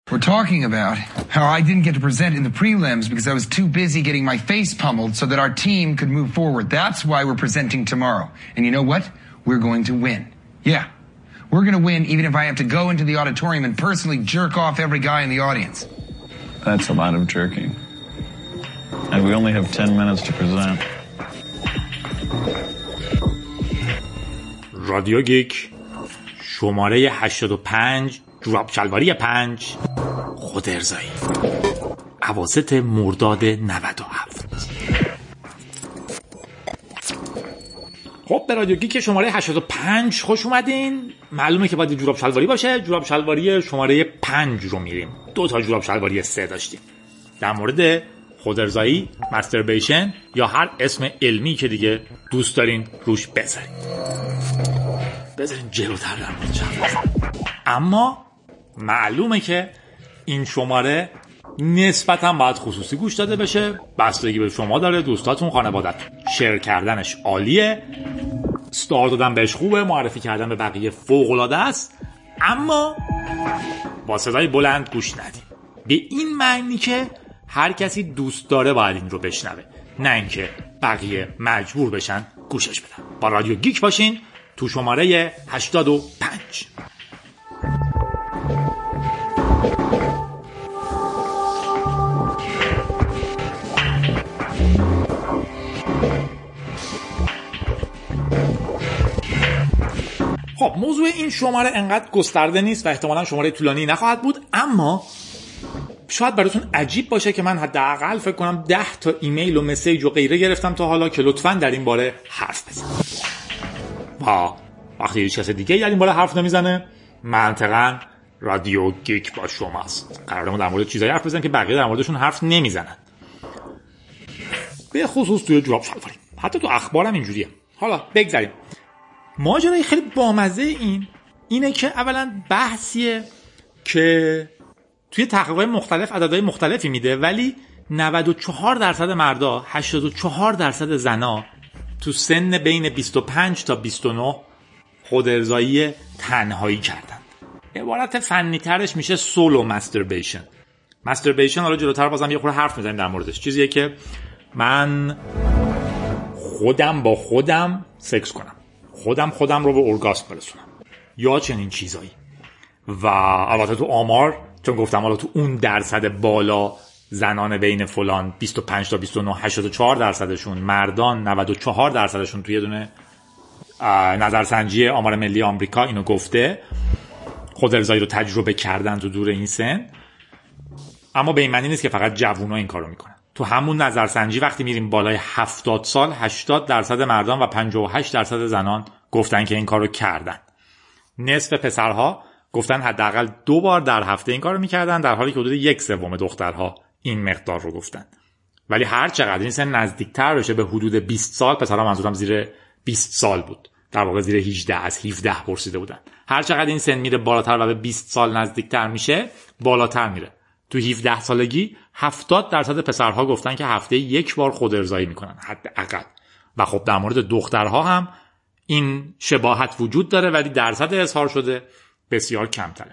We're talking about how I didn't get to present in the prelims because I was too busy getting my face pummeled so that our team could move forward. That's why we're presenting tomorrow. And you know what? We're going to win. Yeah. We're going to win even if I have to go into the auditorium and personally jerk off every guy in the audience. That's a lot of jerking. And we only have 10 minutes to present. رادیو گیک شماره 85 جوراب شلواری 5 خود ارزایی اواسط مرداد 97. خب به رادیو گیک شماره 85 خوش اومدین. معلومه که باید جوراب شلواری باشه. جوراب شلواری شماره 5 رو میریم. 2 تا جوراب شلواری 3 داشتیم. در مورد خود ارزایی، ماستربیشن یا هر اسم علمی که دیگه دوست دارین روش بذارین جلوتر در مورد. اما معلومه که این شماره نسبتاً باید خصوصی گوش داده بشه. بستگی به شما داره، دوستاتون، خانواده‌تون. شیر کردنش عالیه، ستار دادن بهش خوبه، معرفی کردن به بقیه فوق‌العاده است، اما با صدای بلند گوش ندید. به این معنی که هر کسی دوست داره باید این رو بشنوه، نه اینکه بقیه مجبور بشن گوشش بدن. با رادیو گیک باشین تو شماره 85. خب موضوع این شماره انقدر گسترده نیست و احتمالاً شماره طولانی نخواهد بود، اما شاید براتون عجیب باشه که من حداقل فکر کنم 10 تا ایمیل و مسیج و غیره گرفتم تا حالا که لطفاً در این باره حرف بزنید. و وقتی هیچ کس دیگه در این باره حرف نمیزنه، منطقاً رادیو گیک با شماست. قراره ما در مورد چیزایی حرف بزنیم که بقیه در موردشون حرف نمیزنن، به خصوص توی جوراب شلواری. حتی تو اخبارم اینجوریه. حالا بگذاریم. ماجرای خیلی بامزه اینه که اولا بحثیه که توی تحقیقات مختلف عددهای مختلفی میده، ولی 94% مردا، 84% زنا تو سن بین 25 تا 29 خود ارضایی تنهایی کردن. عبارت فنی ترش میشه سولو ماستربیشن. ماستربیشن حالا جلوتر بازم یه خورده حرف میزنیم در موردش. چیزیه که من خودم با خودم سکس کنم، خودم رو به اورگاسم برسونم یا چنین چیزایی. و البته تو آمار، چون گفتم حالا تو اون درصد بالا زنان بین فلان 25 تا 29 84%شون، مردان 94%شون توی یه دونه نظرسنجی آمار ملی آمریکا اینو گفته خود ارضایی رو تجربه کردن تو دور این سن. اما به این معنی نیست که فقط جوونا این کارو میکنن. تو همون نظرسنجی وقتی میریم بالای 70 سال 80% مردان و 58% زنان گفتن که این کارو کردن. نصف پسرها گفتن حداقل 2 بار در هفته این کارو میکردن، در حالی که حدود 1/3 دخترها این مقدار رو گفتن. ولی هر چقدر این سن نزدیکتر بشه به حدود 20 سال، پسرها منظورم زیر 20 سال بود، در واقع زیر 18 از 17 پرسیده بودن. هر چقدر این سن میره بالاتر و به 20 سال نزدیکتر میشه، بالاتر میره. تو 17 سالگی 70% پسرها گفتن که هفته 1 بار خود ارضایی میکنن حداقل. و خب در مورد دخترها هم این شباهت وجود داره، ولی درصد اظهار شده بسیار کمتره.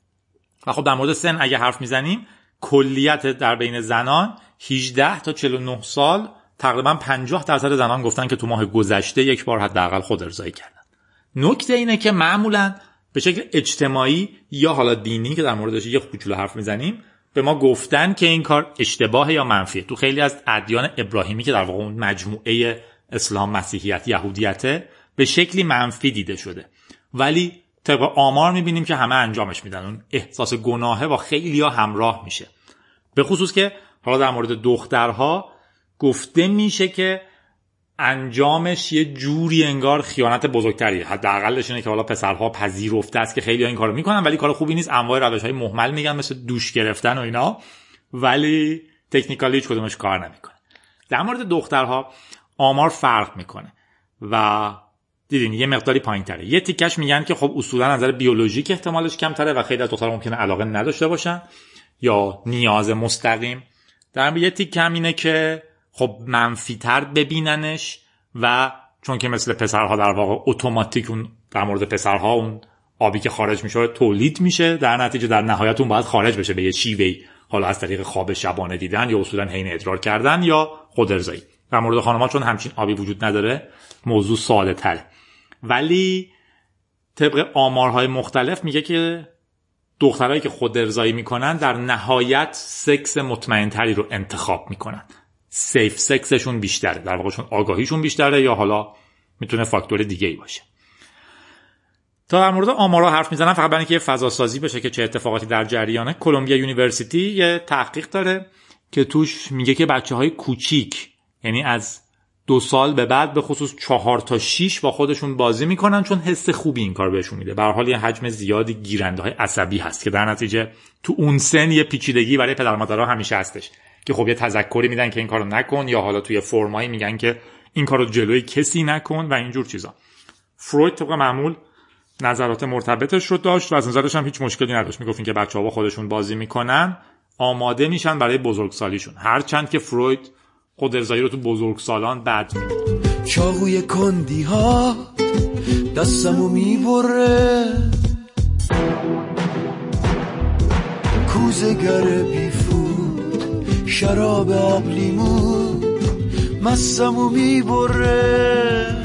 و خب در مورد سن اگه حرف میزنیم، کلیت در بین زنان 18 تا 49 سال تقریبا 50% زنان گفتن که تو ماه گذشته 1 بار حداقل خود ارضایی کردن. نکته اینه که معمولا به شکل اجتماعی یا حالا دینی که در موردش یه کوچولو حرف میزنیم، به ما گفتن که این کار اشتباهه یا منفیه. تو خیلی از ادیان ابراهیمی که در واقع اون مجموعه اسلام، مسیحیت، یهودیته، به شکلی منفی دیده شده، ولی طبق آمار میبینیم که همه انجامش میدن. اون احساس گناهه با خیلیا همراه میشه، به خصوص که حالا در مورد دخترها گفته میشه که انجامش یه جوری انگار خیانت بزرگتریه. حداقلش اینه که حالا پسرها پذیرفته است که خیلی‌ها این کارو میکنن، ولی کار خوبی نیست. انواع روش‌های مهمل میگن مثل دوش گرفتن و اینا، ولی تکنیکالی هیچ کدومش کار نمیکنه. در مورد دخترها آمار فرق میکنه و دیدین یه مقداری پایین‌تره. یه تیکش میگن که خب اصولا از نظر بیولوژیک احتمالش کمتره و خیلی از دخترها ممکنه علاقه نداشته باشن یا نیاز مستقیم. در یه تیک هم اینه که خب منفی‌تر ببیننش و چون که مثل پسرها در واقع اتوماتیک اون در مورد پسرها اون آبی که خارج میشه تولید میشه، در نتیجه در نهایت اون باید خارج بشه به یه شیوهی، حالا از طریق خواب شبانه دیدن یا اصولا حین ادرار کردن یا خودارضایی. در مورد خانم‌ها چون همچین آبی وجود نداره موضوع ساده تره، ولی طبق آمارهای مختلف میگه که دخترایی که خودارضایی میکنن در نهایت سکس مطمئن تری رو انتخاب میکنن، سیف سکسشون بیشتره، در واقع چون آگاهیشون بیشتره یا حالا میتونه فاکتور دیگه ای باشه. تا در مورد آمارا حرف میزنم فقط برای اینکه یه فضا سازی بشه که چه اتفاقاتی در جریانه، کلمبیا یونیورسیتی یه تحقیق داره که توش میگه که بچه‌های کوچیک، یعنی از 2 سال به بعد به خصوص 4 تا 6 با خودشون بازی میکنن چون حس خوبی این کار بهشون میده. به هر حال یه حجم زیادی گیرنده‌های عصبی هست که در نتیجه تو اون سن یه پیچیدگی برای پدر مادرها همیشه هستش که خب یه تذکری میدن که این کارو نکن، یا حالا توی فرمایی میگن که این کارو جلوی کسی نکن و اینجور چیزا. فروید طبق معمول نظرات مرتبطش رو داشت و از نظرش هم هیچ مشکلی نداشت. میگفت این که بچه‌ها با خودشون بازی میکنن آماده میشن برای بزرگسالیشون، هرچند که فروید خودارضایی رو تو بزرگسالان بد می‌دید. چاقوی کندی ها دستمو میبره، کوزه‌گر بیفود شراب آب لیمو مستمو میبره.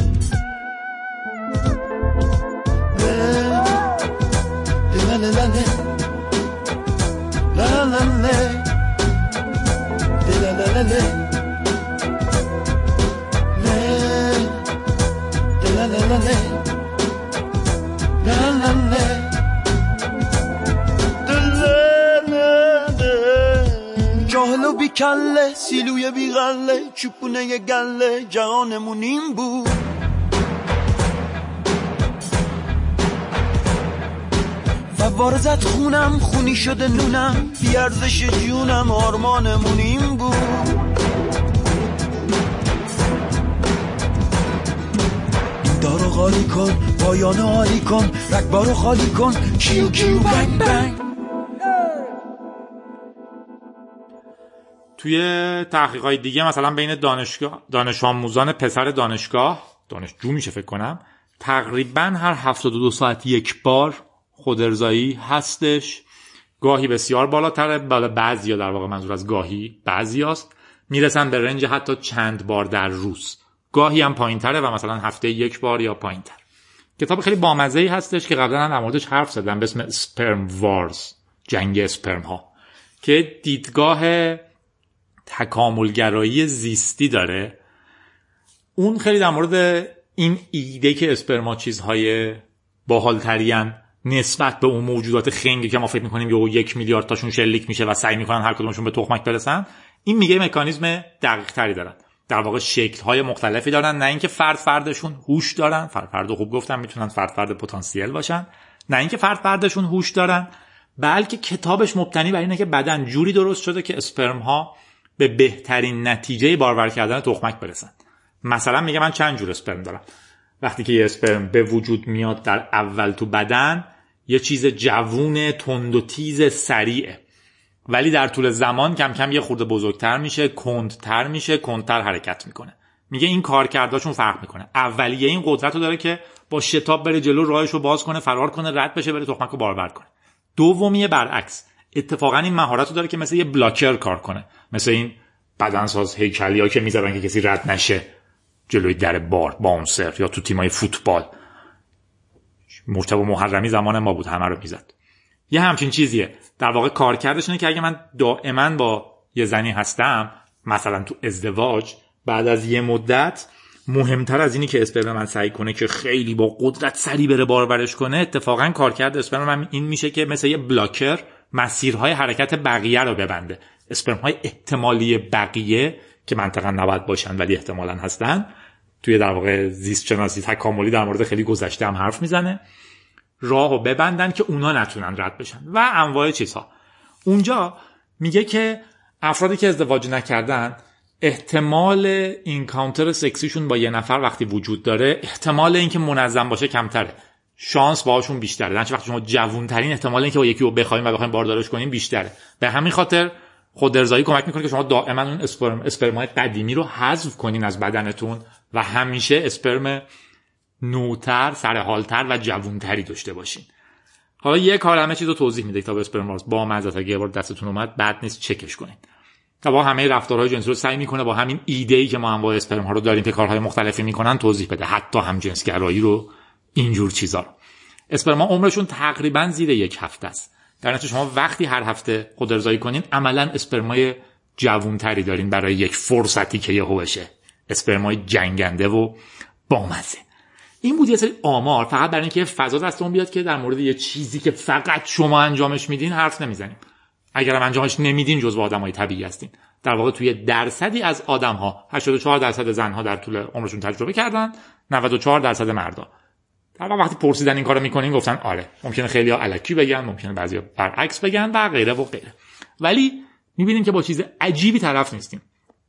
جاهلو بی کله سیلوی بی غله چوپونه گله جهانمون این بود. فواره زد خونم خونی شده نونم بی ارزش جونم آرمانمون این بود. دارو خالی کن پایانو حالی کن رگبارو خالی کن کیو کیو بنگ بنگ. توی تحقیقات دیگه مثلا بین دانش آموزان پسر دانشجو میشه فکر کنم، تقریبا هر 72 ساعت یک بار خودارضایی هستش. گاهی بسیار بالاتره، بعضیا در واقع منظور از گاهی بعضیاست میرسن به رنج حتی چند بار در روز، گاهی هم پایین‌تره و مثلا هفته یک بار یا پایین‌تر. کتاب خیلی بامزه‌ای هستش که قبلا هم در موردش حرف زدم به اسم اسپرم وارز، جنگ اسپرم ها، که دیدگاه تکاملگرایی زیستی داره. اون خیلی در مورد این ایده که اسپرما چیزهای باحال‌ترین نسبت به اون موجودات خنگی که ما فکر می‌کنیم یه 1 میلیارد تاشون شلیک میشه و سعی می‌کنن هر کدومشون به تخمک برسن، این میگه مکانیزم دقیق‌تری دارن، در واقع شکل‌های مختلفی دارن، نه اینکه فردشون هوش دارن، فرد خوب گفتم میتونن فرد پتانسیل باشن، نه اینکه فردشون هوش دارن، بلکه کتابش مبتنی بر اینه که بدن جوری درست شده که اسپرم‌ها به بهترین نتیجه بارور کردن تخمک برسن. مثلا میگه من چند جور اسپرم دارم. وقتی که یه اسپرم به وجود میاد در اول تو بدن یه چیز جوون تند و تیز سریعه، ولی در طول زمان کم کم یه خورده بزرگتر میشه، کندتر حرکت میکنه. میگه این کارکردشون فرق میکنه. اولیه این قدرت رو داره که با شتاب بره جلو، راهش رو باز کنه، فرار کنه، رد بشه، بره تخمک رو بارور کنه. دومیه برعکس، اتفاقا این مهارت رو داره که مثل یه بلاکر کار کنه، مثل این بدنساز هیکلی‌ها که میذارن که کسی رد نشه جلوی در بار، باونسر، یا تو تیمای فوتبال. مرتضی محرمی زمان ما بود همه رو میزد. یه همچین چیزیه. در واقع کارکردش اینه که اگه من دائما با یه زنی هستم، مثلا تو ازدواج، بعد از یه مدت مهمتر از اینی که اسپرم من سعی کنه که خیلی با قدرت سری بره بارورش کنه، اتفاقا کارکرد اسپرم من این میشه که مثل یه بلاکر مسیرهای حرکت بقیه رو ببنده. اسپرم‌های احتمالی بقیه که منطقاً نباید باشن ولی احتمالاً هستن، توی در واقع زیست شناسی تکاملی در مورد خیلی گذشته هم حرف میزنه، راهو ببندن که اونا نتونن رد بشن و انواع چیزها. اونجا میگه که افرادی که ازدواج نکردن احتمال اینکانتر سکسیشون با یه نفر وقتی وجود داره، احتمال اینکه منظم باشه کمتره، شانس باهاشون بیشتره. درنچه وقتی شما جوون‌ترین احتمال اینکه با یکی رو بخوایم و بخوایم باردارش کنیم بیشتره. به همین خاطر خودارضایی کمک میکنه که شما دائما اون اسپرم‌های قدیمی رو حذف کنین از بدنتون و همیشه اسپرم نوتر، سرحالتر و جوونتری داشته باشین. حالا یه کار همه چیزو توضیح میده کتاب اسپرم وارز. با مزه اگه یه بار دستتون اومد بد نیست چکش کنین. با همه رفتارهای جنسی رو سعی میکنه با همین ایده‌ای که ما انواع اسپرم ها رو داریم که کارهای مختلفی میکنن توضیح بده، حتی هم جنسگرایی رو، اینجور چیزا رو. اسپرم ها عمرشون تقریبا زیر 1 هفته است. در نتیجه شما وقتی هر هفته خودارضایی کنین عملاً اسپرمای جوانتری دارین برای یک فرصتی که یهو بشه. اسپرمای جنگنده و بامزه. این بود یه سری آمار فقط برای اینکه فضا دستمون بیاد که در مورد یه چیزی که فقط شما انجامش میدین حرف نمیزنیم. اگرم انجامش نمیدین جزو آدمای طبیعی هستین. در واقع توی درصدی از آدم‌ها 84% زن‌ها در طول عمرشون تجربه کردن، 94% مردا. در واقع وقتی پرسیدن این کارو میکنین گفتن آره. ممکنه خیلی‌ها الکی بگن، ممکنه بعضیا برعکس بگن و غیره و غیره. ولی میبینیم که با چیز عجیبی طرف نیستیم.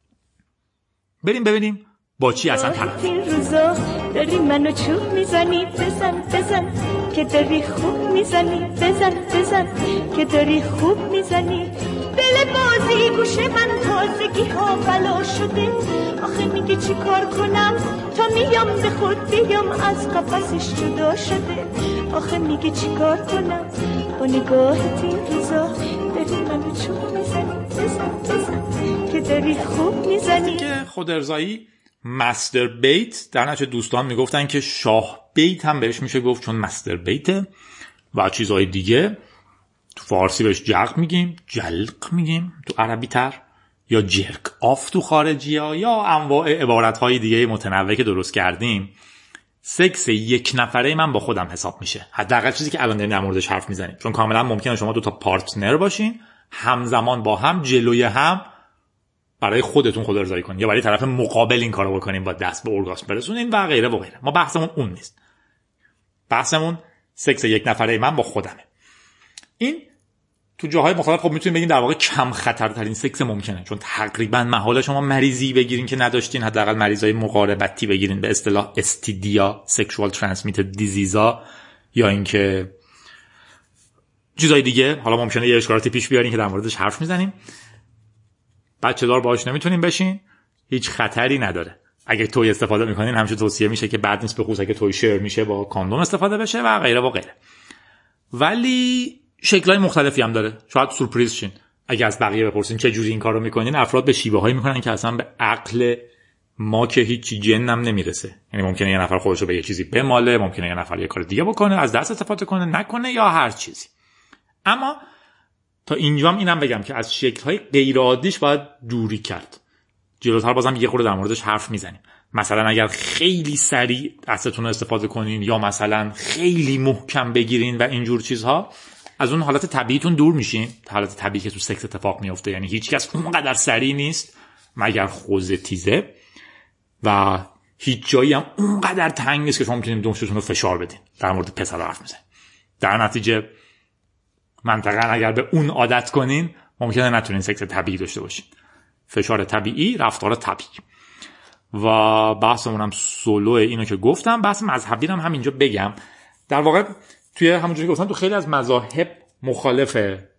بریم ببینیم با چی اصلا طرف. این روزا داری منو چوب میزنی، بزن بزن که داری خوب میزنی، بزن بزن که داری خوب میزنی. دل بازی گوشه من تازگی ها بلا شده. آخه میگه چی کار کنم تا میام به خود بیام از قفسش جدا شده. آخه میگه چی کار کنم با نگاهت این روزا داری منو چوب میزنی، بزن بزن که داری خوب میزنی. که خودارضایی مستر بیت در نتیجه دوستان میگفتن که شاه بیت هم بهش میشه گفت چون مستر بیته و چیزهای دیگه. تو فارسی بهش جلق میگیم، جلق میگیم تو عربی تر، یا جرک آف تو خارجی ها، یا انواع عبارتهای دیگه متنوع که درست کردیم. سکس یک نفره من با خودم حساب میشه، حداقل چیزی که الان داریم در موردش حرف میزنیم، چون کاملا ممکنه شما 2 تا پارتنر باشین همزمان با هم جلوی هم برای خودتون خودارضایی کنین یا برای طرف مقابل این کارو بکنین با دست به ارگاسم برسونین و غیره و غیره. ما بحثمون اون نیست. بحثمون سکس یک نفره من با خودمه. این تو جاهای مختلف خب میتونیم بگیم در واقع کم خطرترین سکس ممکنه، چون تقریبا محاله شما مریضی بگیرین که نداشتین، حداقل مریضای مقاربتی بگیرین، به اصطلاح استیدیا، سکشوال ترانسمیتد دیزیزا، یا اینکه چیزای دیگه. حالا ممکنه یه اشکالاتی پیش بیارین که در موردش حرف میزنیم. بچه دار باهاش نمیتونین بشین، هیچ خطری نداره. اگه توی استفاده میکنین همیشه توصیه میشه که بعد نیست، به خصوص اگه توی شیر میشه با کاندوم استفاده بشه و غیره و غیره. ولی شکل‌های مختلفی هم داره. شاید سورپرایز شین اگه از بقیه بپرسین چه جوری این کارو میکنین. افراد به شیوه‌هایی میکنن که اصلا به عقل ما که هیچی جنم نمیرسه. یعنی ممکنه یه نفر خودشو به یه چیزی بماله، ممکنه یه نفر یه کار دیگه بکنه، از دست استفاده کنه، نکنه، یا هر چیزی. اما تا اینجام اینم بگم که از شکل‌های غیر عادیش باید دوری کرد. جلوتر بازم یه خورده در موردش حرف میزنیم. مثلا اگر خیلی سریع دستتون رو استفاده کنین یا مثلا خیلی محکم بگیرین و اینجور چیزها، از اون حالت طبیعیتون دور میشین. حالت طبیعی که تو سکس اتفاق میفته، یعنی هیچ کس اونقدر سریع نیست مگر خوزه تیزه و هیچ جایی هم اونقدر تنگ نیست که شما میتونید دومشتون رو فشار بدین. در مورد پسر حرف میزنیم. در نتیجه منطقاً اگر به اون عادت کنین ممکنه نتونین سکس طبیعی داشته باشین. فشار طبیعی، رفتار طبیعی. و بحثمون هم سولو اینو که گفتم. بحث مذهبی هم همینجا بگم. در واقع توی همونجوری که گفتم تو خیلی از مذاهب مخالف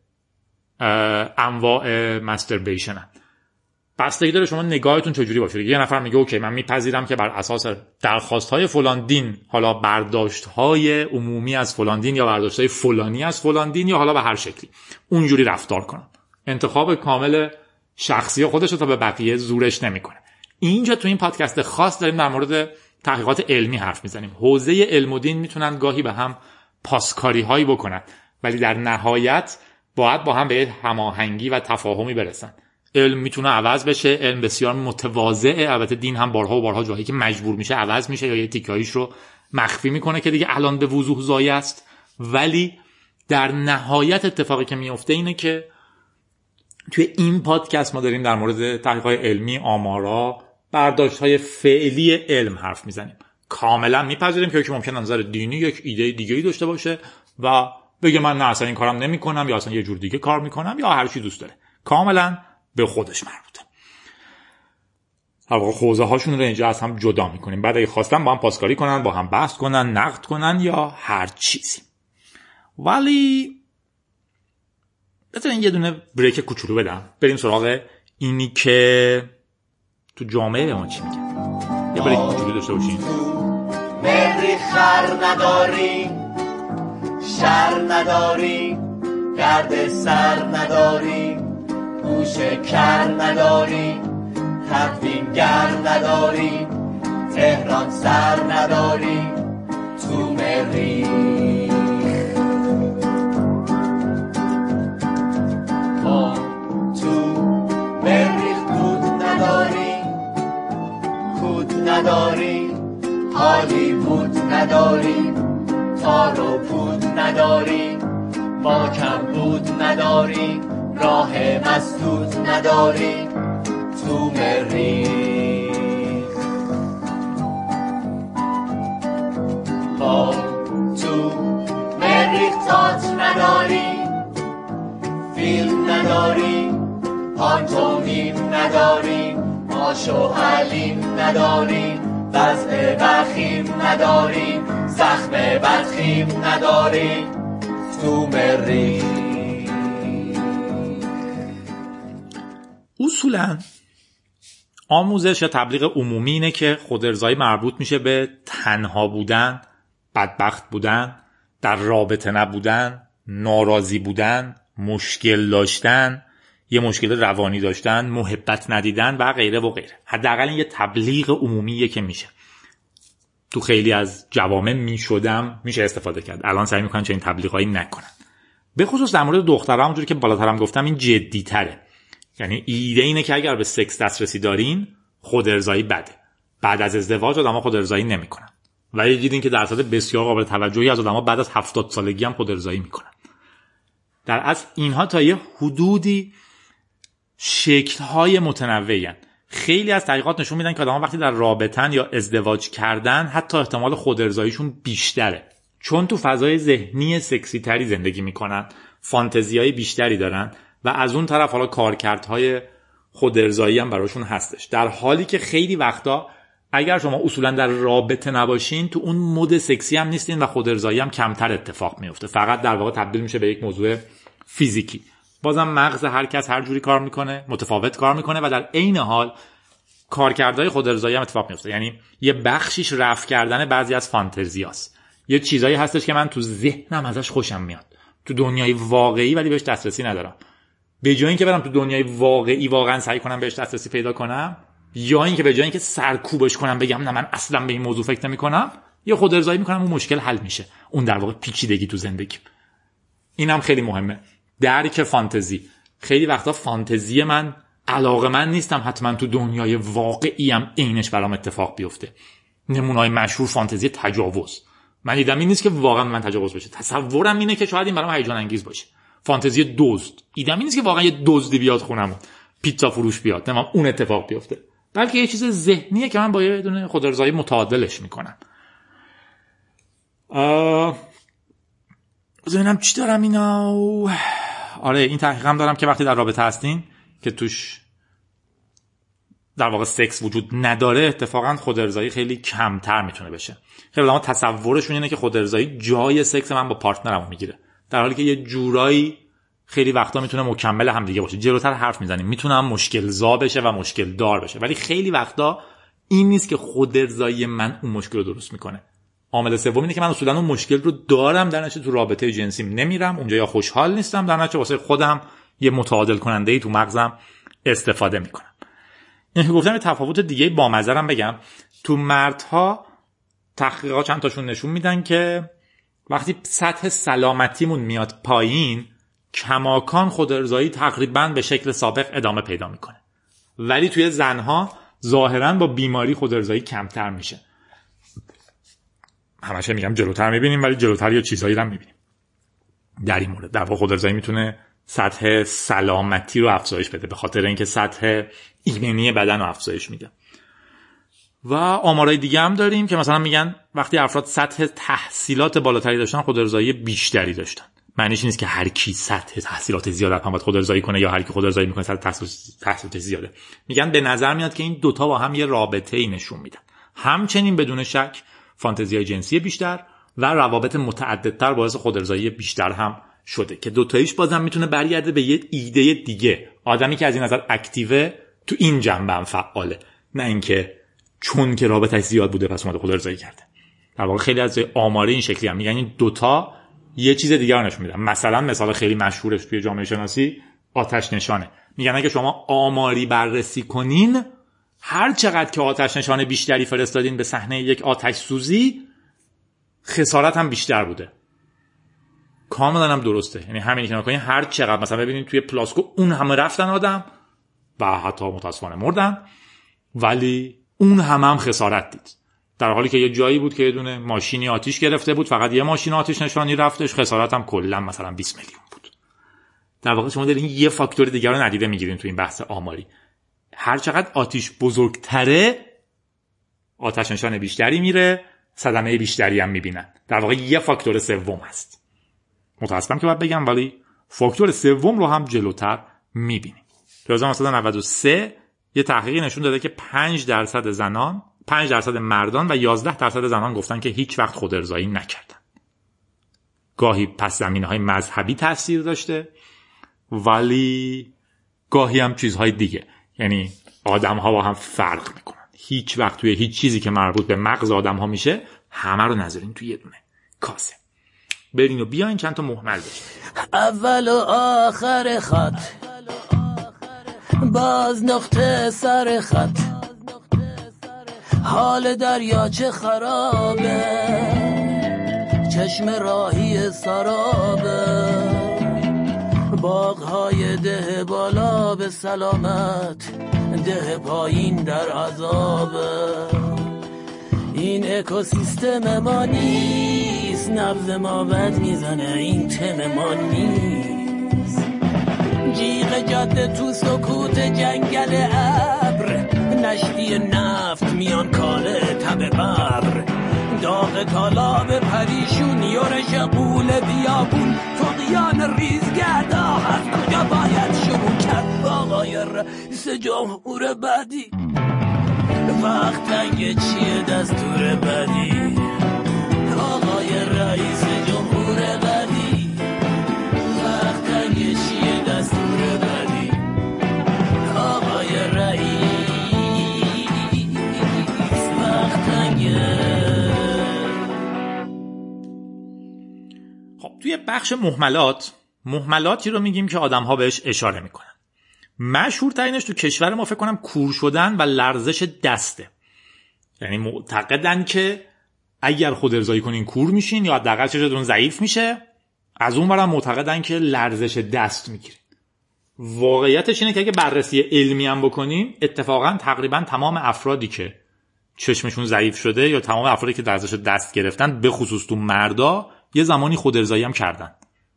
انواع ماستربیشنن. بستگی داره شما نگاهتون چجوری باشه. یه نفر میگه اوکی من میپذیرم که بر اساس درخواست‌های فلان دین، حالا برداشت‌های عمومی از فلان دین یا برداشت‌های فلانی از فلان دین یا حالا به هر شکلی اونجوری رفتار کنن. انتخاب کامل شخصی خودش رو تا به بقیه زورش نمیکنه. اینجا تو این پادکست خاص داریم در مورد تحقیقات علمی حرف میزنیم. حوزه علم و دین میتونن گاهی به هم پاسکاری‌هایی بکنن، ولی در نهایت باید با هم به هماهنگی و تفاهمی برسن. علم میتونه عوض بشه، علم بسیار متواضعه. البته دین هم بارها و بارها جایی که مجبور میشه عوض میشه یا یه تیکایش رو مخفی میکنه که دیگه الان به وضوح ضایع است. ولی در نهایت اتفاقی که میفته اینه که توی این پادکست ما داریم در مورد تحقیقات علمی، آمارا، برداشت‌های فعلی علم حرف میزنیم. کاملا میپذیریم که یکی ممکنه نظر دینی یک ایده دیگه‌ای داشته باشه و بگه من نه اصلا این کارم نمی‌کنم یا اصلا یه جور دیگه کار می‌کنم یا هر چی دوست داره. کاملا به خودش مربوطه. هر واقع حوزه هاشون رو اینجا از هم جدا می‌کنیم. بعد اگه خواستن با هم پاسکاری کنن، با هم بحث کنن، نقد کنن یا هر چیزی. ولی بذارین یه دونه بریک کوچولو بدم. بریم سراغ اینی که تو جامعه ما چی میگن. یه بریک کوچولو داشته باشین. مری خر نداری شر نداری، درد سر نداری، گوش کر نداری، تدوینگر نداری، تهران سر نداری، تو مریخ تو مریخ کود نداری، کود نداری، هالیوود نداری، تار و پود نداری، با کمبود نداری، راه مسدود نداری، تو مریخ تو مریخ تئاتر نداری، فیلم نداری، پانتومیم نداری، آش و حلیم نداری، وضع بخیم نداری، زخم بدخیم نداری، تو مریخ. اصولا آموزش یا تبلیغ عمومی اینه که خودارضایی مربوط میشه به تنها بودن، بدبخت بودن، در رابطه نبودن، ناراضی بودن، مشکل داشتن، یه مشکل روانی داشتن، محبت ندیدن و غیره و غیره. حداقل این یه تبلیغ عمومیه که میشه. تو خیلی از جوامع میشه استفاده کرد. الان سعی میکنن چنین تبلیغایی نکنن. به خصوص در مورد دخترها، همونجوری که بالاترم گفتم، این جدی تره. یعنی ایده اینه که اگر به سکس دسترسی دارین، خودارضایی بده. بعد از ازدواج آدم‌ها خودارضایی نمیکنن. ولی دیدین که درصد بسیار قابل توجهی از آدم‌ها بعد از 70 سالگی هم خودارضایی میکنن. در اصل اینها تا یه حدودی شکل‌های متنوعی هستند. خیلی از تحقیقات نشون میدن که آدم‌ها وقتی در رابطن یا ازدواج کردن، حتی احتمال خودارضاییشون بیشتره. چون تو فضای ذهنی سکسی تری زندگی میکنن، فانتزیای بیشتری دارن و از اون طرف حالا کارکردهای خودارضایی هم براشون هستش. در حالی که خیلی وقتا اگر شما اصولا در رابطه نباشین، تو اون مود سکسی هم نیستین و خودارضایی هم کمتر اتفاق میفته. فقط در واقع تبدیل میشه به یک موضوع فیزیکی. بازم مغز هر کس هر جوری کار میکنه، متفاوت کار میکنه و در عین حال کارکردهای خودارضایی هم اتفاق میفته. یعنی یه بخشیش رفع کردن بعضی از فانتزیاست. یه چیزایی هستش که من تو ذهنم ازش خوشم میاد، تو دنیای واقعی ولی بهش دسترسی ندارم. به جای اینکه برم تو دنیای واقعی واقعا سعی کنم بهش دسترسی پیدا کنم، یا اینکه به جای اینکه سرکوبش کنم بگم نه من اصلا به این موضوع فکر نمی‌کنم، یا خودارضایی میکنم، اون مشکل حل میشه. اون در واقع پیچیدگی تو زندگی. اینم خیلی مهمه. درک فانتزی. خیلی وقتا فانتزی من علاقه‌مند نیستم حتما تو دنیای واقعی هم عینش برام اتفاق بیفته. نمونه‌های مشهور فانتزی تجاوز. من دیدم این نیست که واقعا من تجاوز بشه. تصورم اینه که شاید این برام هیجان انگیز باشه. فانتزی دزد. ایدم این نیست که واقعا یه دزدی بیاد خونمون، پیتزا فروش بیاد، تمام اون اتفاق بیفته. بلکه یه چیز ذهنیه که من با یه دونه خودارضایی متعادلش میکنم. ببینم چی دارم اینا. آره این تحقیق هم دارم که وقتی در رابطه هستین که توش در واقع سکس وجود نداره، اتفاقا خودارضایی خیلی کمتر میتونه بشه. خیلی آدم‌ها تصورشون اینه که خودارضایی جای سکس من با پارتنرم میگیره، در حالی که یه جورایی خیلی وقتا میتونه مکمل هم دیگه باشه. جلوتر حرف میزنیم، میتونه هم مشکل زا بشه و مشکل دار بشه، ولی خیلی وقتا این نیست که خودارضایی من اون مشکل رو درست میکنه. عامل سوم اینه که من اصولا اون مشکل رو دارم، در نتیجه تو رابطه جنسیم نمیرم اونجا یا خوشحال نیستم، در نتیجه واسه خودم یه متعادل کننده‌ای تو مغزم استفاده میکنم. این که گفتم تفاوت دیگه بامزه هم بگم. تو مردها تحقیقات چند تاشون نشون میدن که وقتی سطح سلامتیمون میاد پایین، کماکان خودارضایی تقریبا به شکل سابق ادامه پیدا میکنه. ولی توی زنها ظاهرا با بیماری خودارضایی کمتر میشه. همشه میگم جلوتر میبینیم، ولی جلوتر یه چیزایی هم میبینیم در این مورد. در واقع خودارضایی میتونه سطح سلامتی رو افزایش بده به خاطر اینکه سطح ایمنی بدن رو افزایش میده. و آمارای دیگه هم داریم که مثلا میگن وقتی افراد سطح تحصیلات بالاتری داشتن، خودارضایی بیشتری داشتن. معنیش نیست که هر کی سطح تحصیلات زیاده هم باید خودارضایی کنه، یا هر کی خودارضایی میکنه سطح تحصیلات زیاده. میگن به نظر میاد که این دوتا با هم یه رابطه‌ای نشون میدن. همچنین بدون شک فانتزیای جنسی بیشتر و روابط متعددتر باعث خودارضایی بیشتر هم شده که دوتاییش بازم میتونه برگرده به یه ایده دیگه. آدمی که از این نظر اکتیوه تو این جنبه هم فعاله، نه اینکه چون که رابطه‌اش زیاد بوده پس اومده خودارضایی کرده. در واقع خیلی از آماره این شکلی هم میگن این دوتا یه چیز دیگه رو نشون میدن. مثلا مثال خیلی مشهورش توی جامعه شناسی آتش نشانه. میگن اگه شما آماری بررسی کنین، هر چقدر که آتش نشان بیشتری فرستادین به صحنه یک آتش سوزی، خسارت هم بیشتر بوده. کاملا هم درسته. یعنی همینی که نکنین، هر چقدر مثلا ببینید توی پلاسکو اون همه رفتن آدم و حتی متاسفانه مردن، ولی اون هم خسارت دید. در حالی که یه جایی بود که یه دونه ماشینی آتیش گرفته بود، فقط یه ماشین آتش نشانی رفتش، خسارت هم کلا مثلا 20 میلیون بود. در واقع شما دارین یه فاکتور دیگر رو ندیده میگیرین تو این بحث آماری. هر چقدر آتیش بزرگتره، آتش نشان بیشتری میره، صدمه بیشتری هم میبینن. در واقع یه فاکتور سوم هست. متاسفم که باید بگم، ولی فاکتور سوم رو هم جلوتر میبینیم. تو 1993 یه تحقیقی نشون داده که 5% مردان و 11% زنان گفتن که هیچ وقت خودارضایی نکردن. گاهی پس زمینه‌های مذهبی تاثیر داشته، ولی گاهی هم چیزهای دیگه. یعنی آدم‌ها با هم فرق میکنن. هیچ وقت توی هیچ چیزی که مربوط به مغز آدم‌ها میشه، همه رو نذارین توی یه دونه کاسه. برین و بیاین چند تا محمل بشین. اول و آخر خط، باز نقطه سر خط، حال دریاچه خرابه، چشم راهی سرابه، باغهای ده بالا به سلامت، ده پایین در عذابه. این اکوسیستم ما نیست، نبض ما بد میزنه، این تم ما نیست. جیغ جاده تو سکوت جنگل ابر، نشتی نفت میان کاله تب ببر، داغ تالاب پریشون، یورش قول بیابون، طغیان ریزگردا، از کجا باید شروع کرد؟ آقای رئیس جمهور بعدی، وقت تنگ چیه دستور بعدی؟ آقای رئیس جمهور بعدی، وقت تنگ چیه دستور بعدی؟ آقای رئیس، وقت تنگه. خب توی بخش محملاتی رو میگیم که آدم‌ها بهش اشاره میکنن. مشهورترینش تو کشور ما فکر کنم کور شدن و لرزش دسته. یعنی معتقدن که اگر خودارضایی کنین کور میشین یا حداقل چشتون ضعیف میشه. از اون برم معتقدن که لرزش دست میگیرین. واقعیتش اینه که اگه بررسی علمی هم بکنیم، اتفاقا تقریبا تمام افرادی که چشمشون ضعیف شده یا تمام افرادی که لرزش دست گرفتن، به خصوص تو مردا، یه زمانی خودارضایی هم کردن.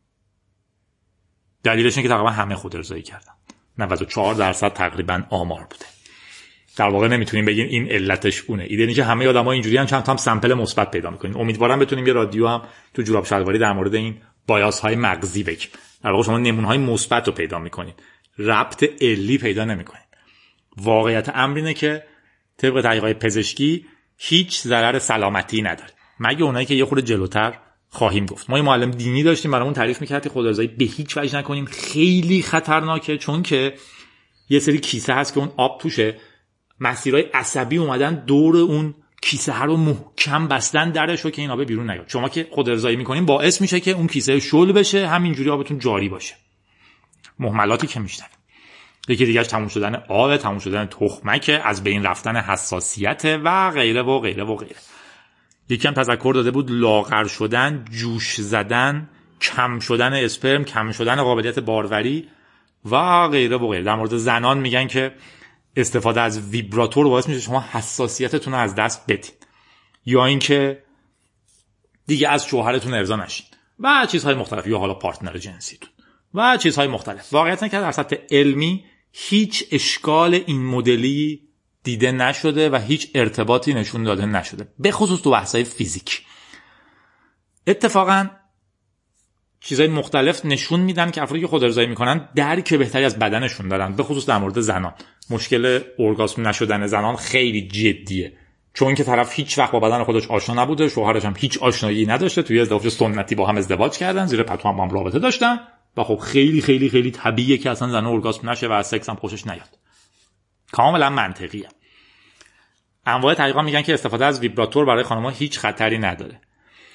دلیلش اینه که تقریبا همه خودارضایی کردن. 94% تقریبا آمار بوده. در واقع نمیتونیم بگیم این علتش اونه. ایده اینه که همه آدم‌ها اینجوری هم چند تا هم سامپل مثبت پیدا می‌کنیم. امیدوارم بتونیم یه رادیو هم تو جوراب شلواری در مورد این بایاس‌های مغزی بگیم. در واقع شما نمونه‌های مثبت رو پیدا می‌کنید. ربط علی پیدا نمی‌کنید. واقعیت امر اینه که طبق تحقیقات پزشکی هیچ ضرر سلامتی نداره. مگه اونایی که یه خورده جلوتر خواهیم گفت. ما یه معلم دینی داشتیم برامون تعریف می‌کرد که خودارضایی به هیچ وجه نکنیم، خیلی خطرناکه، چون که یه سری کیسه هست که اون آب توشه، مسیرهای عصبی اومدن دور اون کیسه ها رو محکم بستن درشو که این آب بیرون نیاد. شما که خودارضایی می‌کنین باعث میشه که اون کیسه شل بشه، همینجوری آبتون جاری باشه. محملاتی که میشنن. یکی دیگه‌اش تموم شدن آب، تموم شدن تخمک، از بین رفتن حساسیت و غیره و غیره و غیره. یکی هم تذکر داده بود لاغر شدن، جوش زدن، کم شدن اسپرم، کم شدن قابلیت باروری و غیره و غیره. در مورد زنان میگن که استفاده از ویبراتور باعث میشه شما حساسیتتون رو از دست بدین، یا اینکه دیگه از شوهرتون ارضا نشین و چیزهای مختلف، یا حالا پارتنر جنسیتون و چیزهای مختلف. واقعیت اینه که در سطح علمی هیچ اشکال این مدلی دیده نشده و هیچ ارتباطی نشون داده نشده، به خصوص تو بحث‌های فیزیک. اتفاقاً چیزهای مختلف نشون میدن که افرادی که خودارضایی میکنن درک بهتری از بدنشون دارن، به خصوص در مورد زنان. مشکل ارگاسم نشدن زنان خیلی جدیه، چون که طرف هیچ وقت با بدن خودش آشنا نبوده، شوهرش هم هیچ آشنایی نداشته، توی ازدواج سنتی با هم ازدواج کردن، زیر پتو هم رابطه داشتن و خب خیلی خیلی خیلی طبیعیه که اصلا زن ارگاسم نشه و از سکس هم خوشش نیاد. کاملا منطقیه. انواع تحقیقات میگن که استفاده از ویبراتور برای خانم‌ها هیچ خطری نداره.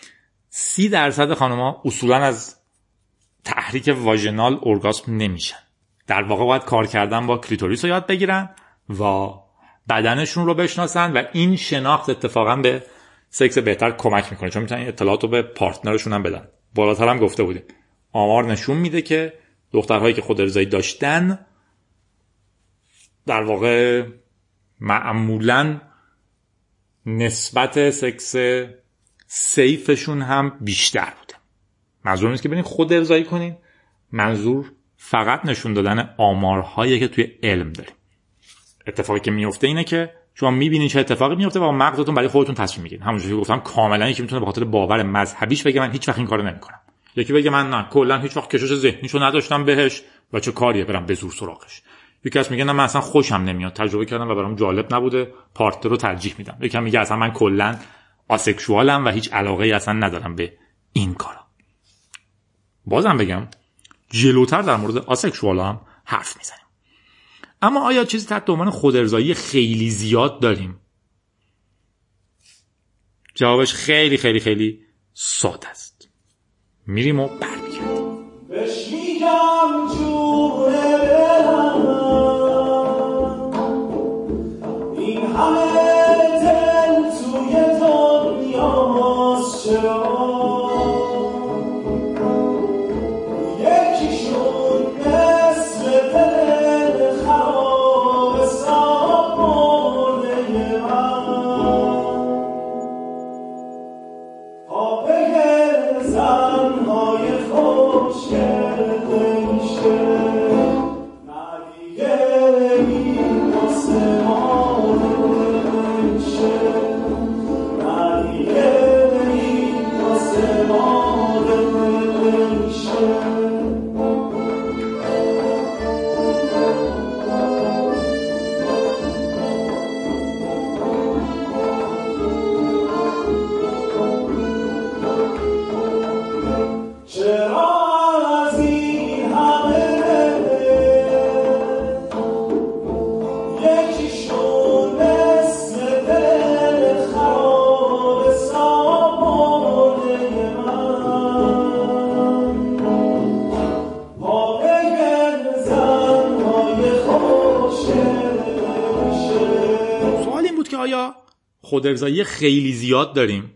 30% خانم‌ها اصولاً از تحریک واژینال اورگاسم نمیشن. در واقع باید کار کردن با کلیتوریس رو یاد بگیرن و بدنشون رو بشناسن و این شناخت اتفاقا به سکس بهتر کمک میکنه، چون میتونن اطلاعات رو به پارتنرشون هم بدن. بالاتر هم گفته بودیم آمار نشون میده که دخترهایی که خودارضایی داشتن در واقع معمولاً نسبت سکس سیفشون هم بیشتر بوده. منظور نیست که برین خود ارضایی کنین، منظور فقط نشون دادن آمارهایی که توی علم داریم. اتفاقی که میفته اینه که شما میبینین چه اتفاقی میفته و مغزتون برای خودتون تصمیم میگیرین. همونجوری که گفتم کاملا یکی میتونه به خاطر باور مذهبیش بگه من هیچ وقت این کارو نمیکنم، یکی بگه من نه کلا هیچ وقت کشش ذهنیشو نداشتم بهش و چه کاریه برم به زور سراغش. یکی از میگه نه من اصلا خوشم نمیاد، تجربه کردم و برام جالب نبوده، پارتنر رو ترجیح میدم. یکی میگه اصلا من کلا آسکشوالم و هیچ علاقه‌ای اصلا ندارم به این کارا. بازم بگم جلوتر در مورد آسکشوالا هم حرف میزنیم. اما آیا چیزی تحت عنوان خودارضایی خیلی زیاد داریم؟ جوابش خیلی خیلی خیلی ساده است. میریم و برمیگردیم. بشمیگم جونه برم این همه دل توی دنیاست، چرا خودارضایی خیلی زیاد داریم؟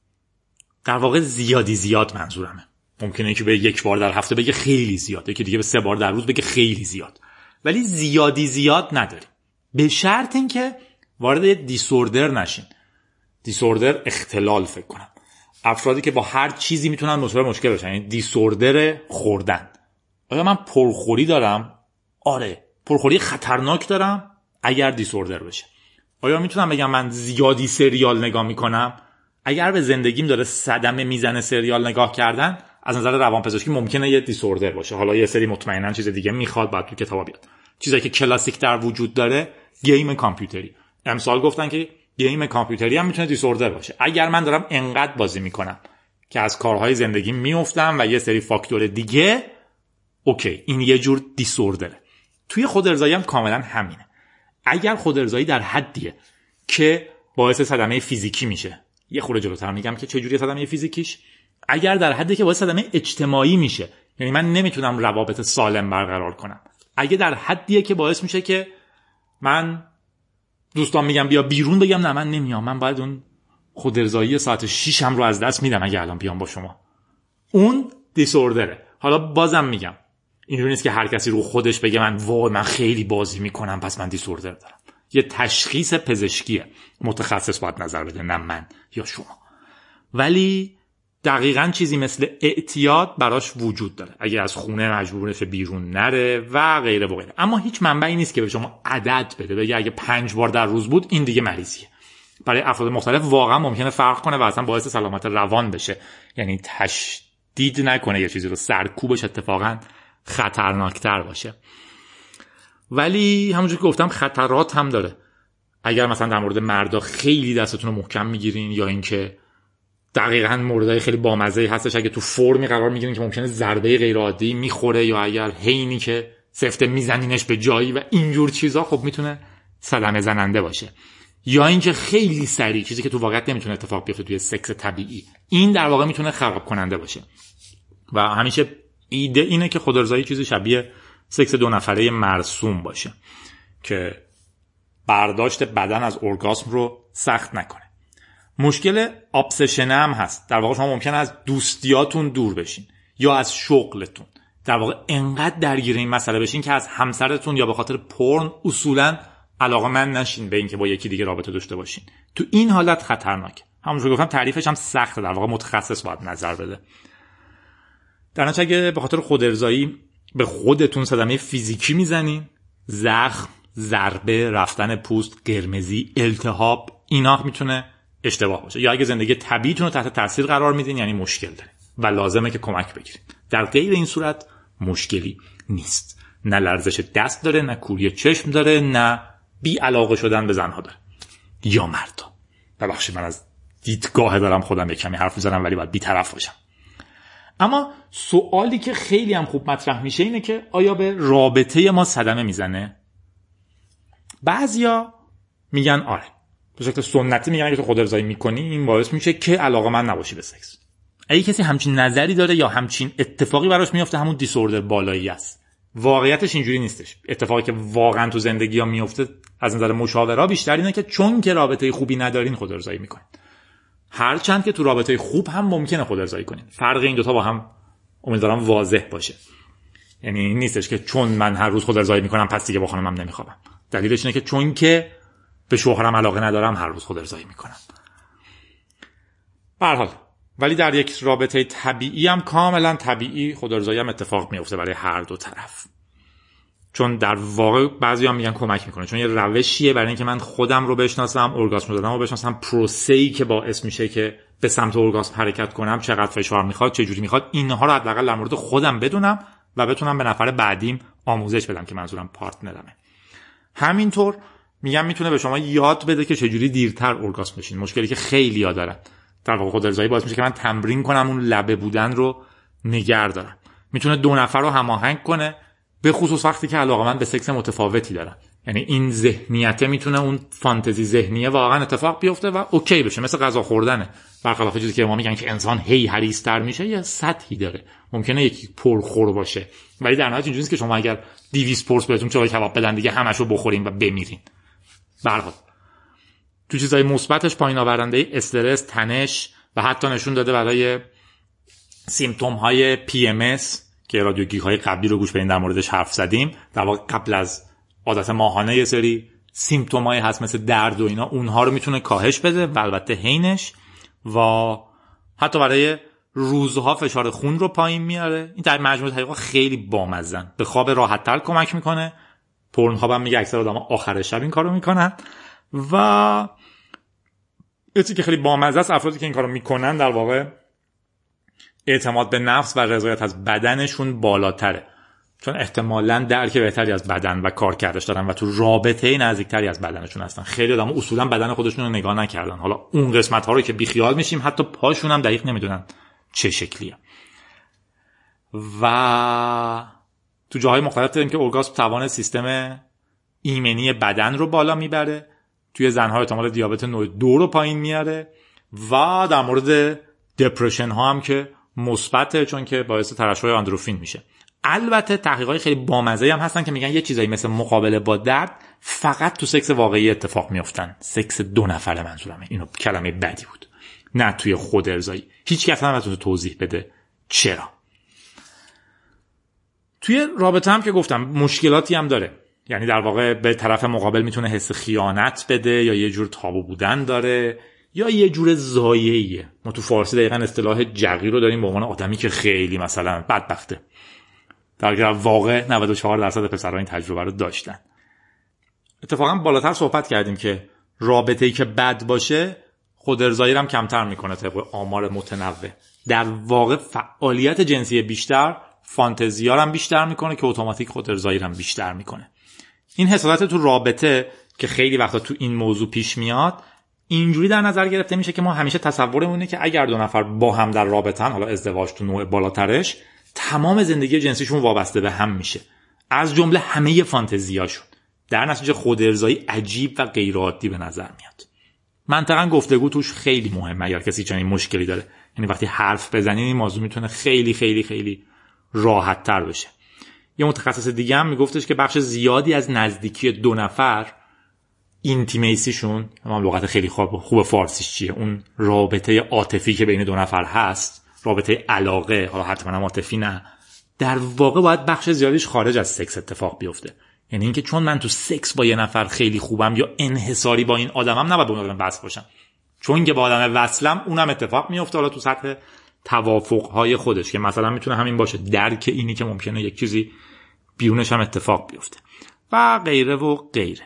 در واقع زیادی زیاد منظورمه. ممکنه که به یک بار در هفته بگه خیلی زیاد، یکی دیگه به 3 بار در روز بگه خیلی زیاد، ولی زیادی زیاد نداریم، به شرط اینکه وارد دیسوردر نشین. دیسوردر اختلال فکر کنم، افرادی که با هر چیزی میتونن مصاب مشکل بشن، یعنی دیسوردر خوردن. آیا من پرخوری دارم؟ آره، پرخوری خطرناک دارم اگر دیسوردر بشه. آیا میتونم بگم من زیادی سریال نگاه میکنم؟ اگر به زندگیم داره صدمه میزنه سریال نگاه کردن، از نظر روانپزشکی ممکنه یه دیسوردر باشه. حالا یه سری مطمئنا چیز دیگه میخواد بعد تو کتابا بیاد. چیزایی که کلاسیک در وجود داره، گیم کامپیوتری. امسال گفتن که گیم کامپیوتری هم میتونه دیسوردر باشه. اگر من دارم انقدر بازی میکنم که از کارهای زندگی میافتم و یه سری فاکتور دیگه، اوکی، این یه جور دیسوردره. توی خودارضایی هم کاملا همینه. اگر خودارضایی در حدیه که باعث صدمه فیزیکی میشه، یه خورده جلوتر میگم که چجوری صدمه فیزیکیش، اگر در حدی که باعث صدمه اجتماعی میشه، یعنی من نمیتونم روابط سالم برقرار کنم، اگه در حدیه که باعث میشه که من دوستان میگم بیا بیرون، بگم نه من نمیام، من باید اون خودارضایی ساعت 6 رو از دست میدم اگه الان بیام با شما، اون دیسوردره. حالا بازم میگم اینجوری نیست که هر کسی رو خودش بگه من وای من خیلی بازی میکنم پس من دیسوردر دارم. یه تشخیص پزشکیه، متخصص باید نظر بده، نه من یا شما. ولی دقیقاً چیزی مثل اعتیاد براش وجود داره، اگه از خونه مجبور نشه بیرون نره و غیره و غیره. اما هیچ منبعی نیست که به شما عدد بده، بگه اگه 5 بار در روز بود این دیگه مریضیه. برای افراد مختلف واقعا ممکنه فرق کنه و اصلا باعث سلامت روان بشه، یعنی تشدید نکنه یه چیزی رو، سرکوبش اتفاقاً خطرناکتر باشه. ولی همونجوری که گفتم خطرات هم داره. اگر مثلا در مورد مردا خیلی دستتون رو محکم میگیرین، یا اینکه دقیقاً موردای خیلی بامزه هستش اگه تو فرمی قرار میگیرین که ممکنه ضربه غیر عادی میخوره، یا اگر حینی که سفته میزنینش به جایی و اینجور چیزا، خب میتونه صدمه زننده باشه. یا اینکه خیلی سریع، چیزی که تو واقعیت نمیتونه اتفاق بیفته توی سکس طبیعی، این در واقع میتونه خراب کننده باشه. و همیشه ایده اینه که خودارضایی چیزی شبیه سکس 2 نفره مرسوم باشه که برداشت بدن از ارگاسم رو سخت نکنه. مشکل ابسشن هم هست. در واقع شما ممکنه از دوستیاتون دور بشین یا از شغلتون، در واقع انقدر درگیر این مسئله بشین که از همسرتون یا به خاطر پورن اصولاً علاقه‌مند نشین به اینکه با یکی دیگه رابطه داشته باشین. تو این حالت خطرناکه. همونجوری گفتم تعریفش هم سخته، در واقع متخصص باید نظر بده. در نتیجه اگه به خاطر خودارضایی به خودتون صدمه فیزیکی میزنین، زخم، ضربه، رفتن پوست، قرمزی، التهاب، اینا میتونه اشتباه باشه. یا اگه زندگی طبیعیتون رو تحت تاثیر قرار میدین، یعنی مشکل دارین و لازمه که کمک بگیرید. در غیر این صورت مشکلی نیست. نه لرزش دست داره، نه کوری چشم داره، نه بی علاقه شدن به زنها داره یا مردا. ببخشید من از دیدگاه دارم خودم یک کمی حرف میزنم، ولی باید بی‌طرف باشم. اما سوالی که خیلی هم خوب مطرح میشه اینه که آیا به رابطه ما صدمه میزنه؟ بعضیا میگن آره. به شکل سنتی میگن که تو خودارضایی میکنی این باعث میشه که علاقه‌مند نباشی به سکس. اگه کسی همچین نظری داره یا همچین اتفاقی براش میفته، همون دیسوردر بالایی است. واقعیتش اینجوری نیستش. اتفاقی که واقعا تو زندگی ها میفته از نظر مشاوره بیشتر اینه که چون که رابطه خوبی ندارین خودارضایی میکنین. هرچند که تو رابطه خوب هم ممکنه خودارضایی کنین. فرق این دوتا با هم امیدوارم واضح باشه. یعنی این نیستش که چون من هر روز خودارضایی میکنم پس دیگه با خانمم نمیخوابم. دلیلش اینه که چون که به شوهرم علاقه ندارم هر روز خودارضایی میکنم. به هر حال ولی در یک رابطه طبیعی هم کاملا طبیعی خودارضایی هم اتفاق میفته برای هر دو طرف. چون در واقع بعضیا میگن کمک میکنه، چون یه روشیه برای اینکه من خودم رو بشناسم، ارگاسم رو بشناسم، پروسه‌ای که باعث میشه که به سمت ارگاسم حرکت کنم، چقدر فشار میخواد، چه جوری میخواد، اینها رو حداقل در مورد خودم بدونم و بتونم به نفر بعدیم آموزش بدم که منظورم پارتنرمه. همینطور میگم میتونه به شما یاد بده که چجوری دیرتر ارگاسم بشین. مشکلی که خیلی‌ها دارن در واقع خودارضایی باعث میشه که من تمرین کنم اون لبه بودن رو نگه دارم. میتونه 2 نفر رو هماهنگ کنه، به خصوص وقتی که علاقه‌مند به سکس متفاوتی دارن. یعنی این ذهنیت میتونه اون فانتزی ذهنیه واقعا اتفاق بیفته و اوکی بشه، مثل غذا خوردنه. برخلاف چیزی که ما میگن که انسان هی حریص‌تر میشه، یه سطحی داره. ممکنه یکی پرخور باشه، ولی در نهایت اینجوریه نیست که شما اگر 200 پرس بهتون چای کباب بدن دیگه همشو بخورین و بمیرین. به هر حال تو چیزای مثبتش پایین آورنده استرس، تنش و حتی نشون داده برای سیمپتوم های PMS که رادیوگیری های قبلی رو گوش بدین در موردش حرف زدیم. در واقع قبل از عادت ماهانه یه سری سیمپتوم های هست مثل درد و اینا، اونها رو میتونه کاهش بده و البته حینش و حتی برای روزها فشار خون رو پایین میاره. این در مجموع حقیقتا خیلی بامزن، به خواب راحت تر کمک میکنه. پورنهاب هم میگه اکثر آدم آخر شب این کارو میکنن و چیزی که خیلی بامزه است، افرادی که این کارو میکنن در واقع اعتماد به نفس و رضایت از بدنشون بالاتره، چون احتمالاً درک بهتری از بدن و کارکردش دارن و تو رابطه نزدیکتری از بدنشون هستن. خیلی آدم اصولاً بدن خودشون رو نگاه نکردن، حالا اون قسمت ها رو که بیخیال میشیم حتی پاشون هم دقیق نمیدونن چه شکلیه. و تو جاهای مختلف داریم که ارگاسم توان سیستم ایمنی بدن رو بالا میبره، توی زنها احتمال دیابت نوع 2 رو پایین میاره و در مورد دپرشن ها هم که مثبته، چون که باعث ترشح اندروفین میشه. البته تحقیقات خیلی بامزه هم هستن که میگن یه چیزایی مثل مقابله با درد فقط تو سکس واقعی اتفاق میافتن. سکس 2 نفره منظورمه، اینو کلمه بدی بود، نه توی خودارضایی. هیچ کس هم نتونه توضیح بده چرا. توی رابطه هم که گفتم مشکلاتی هم داره، یعنی در واقع به طرف مقابل میتونه حس خیانت بده یا یه جور تابو بودن داره یا یه جور زایعیه. ما تو فارسی دقیقاً اصطلاح جقی رو داریم به عنوان آدمی که خیلی مثلا بدبخته، در واقع 94% پسرها این تجربه رو داشتن. اتفاقا بالاتر صحبت کردیم که رابطه‌ای که بد باشه خودارضایی هم کمتر میکنه طبق آمار متنوع. در واقع فعالیت جنسی بیشتر فانتزی‌ها هم بیشتر میکنه که اتوماتیک خودارضایی هم بیشتر میکنه. این حسادت تو رابطه که خیلی وقتا تو این موضوع پیش میاد اینجوری در نظر گرفته میشه که ما همیشه تصورمونه که اگر 2 نفر با هم در رابطن، حالا ازدواج تو نوع بالاترش، تمام زندگی جنسیشون وابسته به هم میشه، از جمله همه فانتزیاشون. در نتیجه خود ارضایی عجیب و غیر عادی به نظر میاد. منطقاً گفتگو توش خیلی مهمه اگر کسی چنین مشکلی داره. یعنی وقتی حرف بزنین این موضوع میتونه خیلی خیلی خیلی راحت تر بشه. یه متخصص دیگه هم میگفتش که بخش زیادی از نزدیکی دو نفر اینتیمیسیشون، هم لغت خیلی خوب فارسیش چیه، اون رابطه عاطفی که بین دو نفر هست، رابطه علاقه، حالا حتما هم عاطفی نه، در واقع باید بخش زیادیش خارج از سکس اتفاق بیفته. یعنی اینکه چون من تو سکس با یه نفر خیلی خوبم یا انحصاری با این آدمم، نباید با اون آدم وصل باشم. چون که با آدم وصلم اونم اتفاق میفته، حالا تو سطح توافقهای خودش، که مثلا میتونه همین باشه، درک اینی که ممکنه یک چیزی بیرونش هم اتفاق بیفته و غیره و غیره.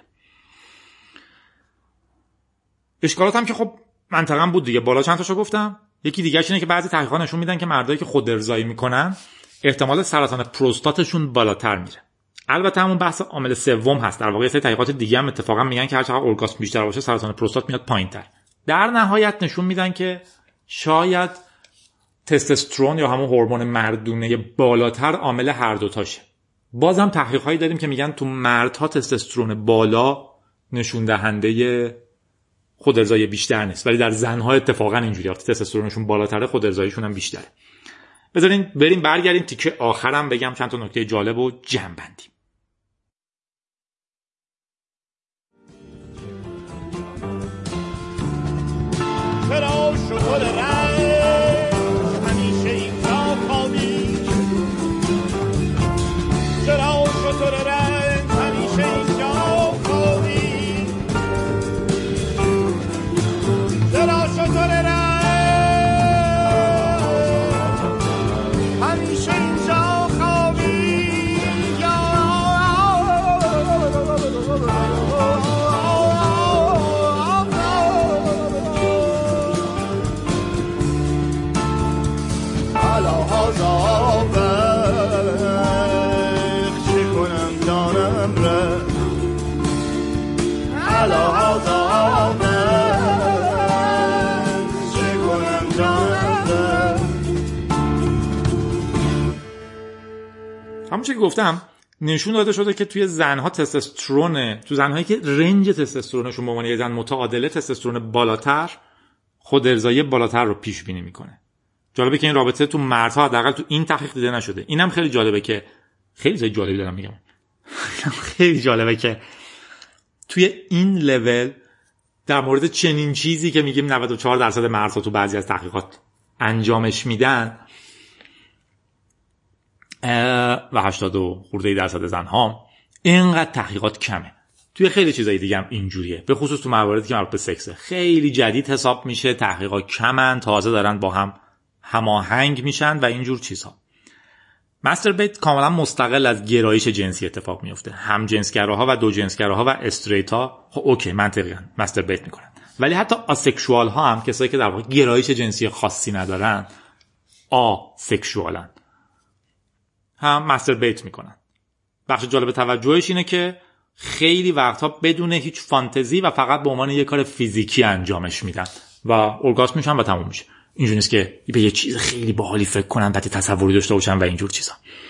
اشکالات هم که خب منطقاً بود دیگه، بالا چند تاشو گفتم. یکی دیگه‌اش اینه که بعضی تحقیقات نشون میدن که مردایی که خود ارضایی میکنن احتمال سرطان پروستاتشون بالاتر میره. البته همون بحث عامل سوم هست. در واقع یه سری تحقیقات دیگه هم اتفاقا میگن که هر چقدر اورگاسم بیشتر باشه سرطان پروستات میاد پایین‌تر. در نهایت نشون میدن که شاید تستوسترون یا همون هورمون مردونه بالاتر عامل هر دو تاشه. بازم تحقیقاتی داریم که میگن تو مردها تستوسترون بالا نشون دهنده خود ارضایی بیشتر نیست، ولی در زنها اتفاقا اینجوریه، وقتی تستوسترونشون بالاتره خود ارضاییشون هم بیشتره. بذارین بریم برگردیم تیکه آخرم بگم چند تا نکته جالب و جمع بندیم. چرا شکل رنگ همیشه اینجا خوابی، چرا شکل رنگ همیشه اینجا خوابی، چرا شکل رنگ همیشه اینجا خوابی. همون چیزی که گفتم نشون داده شده که توی زنها تستوسترون، تو زنهایی که رنج تستوسترونشون به عنوان یه زن متعادله، تستوسترون بالاتر خود ارضایی بالاتر رو پیش بینی میکنه. جالبه که این رابطه تو مردها حداقل تو این تحقیق دیده نشده. اینم خیلی جالبه که خیلی جالبی دارم میگم. خیلی جالبه که توی این لول در مورد چنین چیزی که میگیم 94% مردها تو بعضی از تحقیقات انجامش میدن و 80 خورده درصد زنها، اینقدر تحقیقات کمه. توی خیلی چیزای دیگه هم اینجوریه، به خصوص تو مواردی که مربوط به سکسه خیلی جدید حساب میشه، تحقیقات کمن، تازه دارن با هم هماهنگ میشن و اینجور چیزها. مستربیت کاملا مستقل از گرایش جنسی اتفاق میفته. هم جنسگراها و دو جنسگراها و استریتا اوکی منطقیاً مستربیت میکنن، ولی حتی آسکشوال ها هم، کسایی که در واقع گرایش جنسی خاصی ندارن، آسکشوالن، هم مستربیت میکنن. بخش جالب توجهش اینه که خیلی وقتها بدون هیچ فانتزی و فقط به عنوان یه کار فیزیکی انجامش میدن و ارگاسم میشن و تموم میشه. اینجوری نیست که به یه چیز خیلی باحالی فکر کنن، بعد تصوری داشته باشن و اینجور چیزا.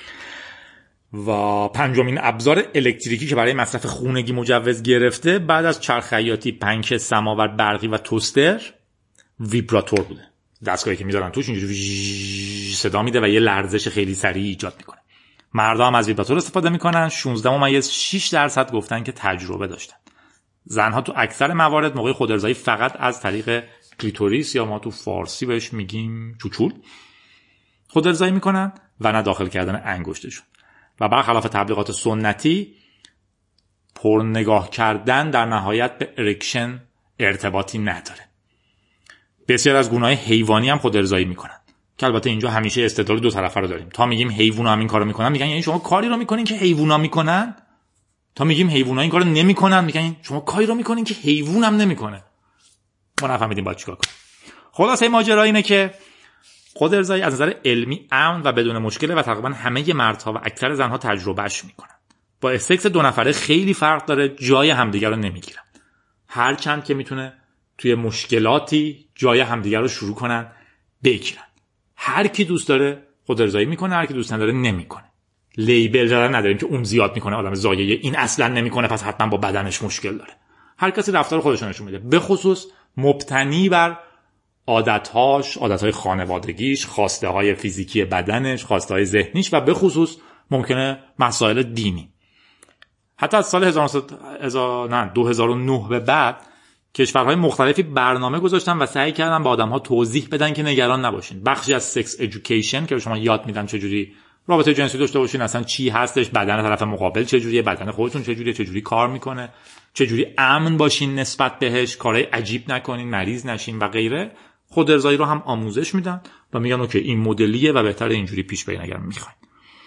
و پنجمین ابزار الکتریکی که برای مصرف خونگی مجوز گرفته بعد از چرخ خیاطی، پنکه، سماور برقی و توستر، ویبراتور بوده. دستگاهی که میذارن توش اینجوری صدا میده و یه لرزش خیلی سریع ایجاد میکنه. مردها هم از ویبراتور استفاده میکنن. 16.6% گفتن که تجربه داشتن. زنها تو اکثر موارد موقع خودارضایی فقط از طریق کلیتوریس یا ما تو فارسی بهش میگیم چوچول خودارضایی میکنن و نه داخل کردن انگشتشون. و برخلاف تبلیغات سنتی، پر نگاه کردن در نهایت به ارکشن ارتباطی نداره. بسیار از گونه‌های حیوانی هم خودارضایی میکنن که البته اینجا همیشه استدلال دو طرفه رو داریم. تا میگیم حیونا هم این کارو میکنن، میگن یعنی شما کاری رو میکنین که حیونا میکنن. تا میگیم حیونا این کارو نمیکنن، میگن شما کاری رو میکنین که حیوان هم نمیکنه. ما نفهمیدیم باید چیکار کنیم. خلاصه ماجرا اینه که خودارضایی از نظر علمی امن و بدون مشکله و تقریبا همه مردها و اکثر زنها تجربهش میکنن. با سکس دو نفره خیلی فرق داره، جای همدیگر رو نمیگیرن. هرچند که میتونه توی مشکلاتی جای همدیگر رو شروع کنن بگیرن. هر کی دوست داره خودارضایی میکنه، هر کی دوست نداره نمیکنه. لیبل زدن نداریم که اون زیاد میکنه آدم زایه، این اصلا نمیکنه پس حتما با بدنش مشکل داره. هر کسی رفتار خودش رو نشون میده، به خصوص مبتنی بر عادتهای خانوادگیش، خواسته های فیزیکی بدنش، خواسته های ذهنیش و به خصوص ممکنه مسائل دینی. حتی از سال 2009 به بعد کشورهای مختلفی برنامه گذاشتن و سعی کردن به آدم‌ها توضیح بدن که نگران نباشین. بخشی از سکس ادویکیشن که به شما یاد میدن چجوری رابطه جنسی داشته باشین، اصلا چی هستش، بدن طرف مقابل چجوریه، بدن خودتون چجوری کار میکنه، چجوری امن باشین نسبت بهش، کارهای عجیب نکنین، مریض نشین و غیره. خود ارضایی رو هم آموزش میدن و میگن اوکی این مدلیه و بهتره اینجوری پیش برین اگر میخواین.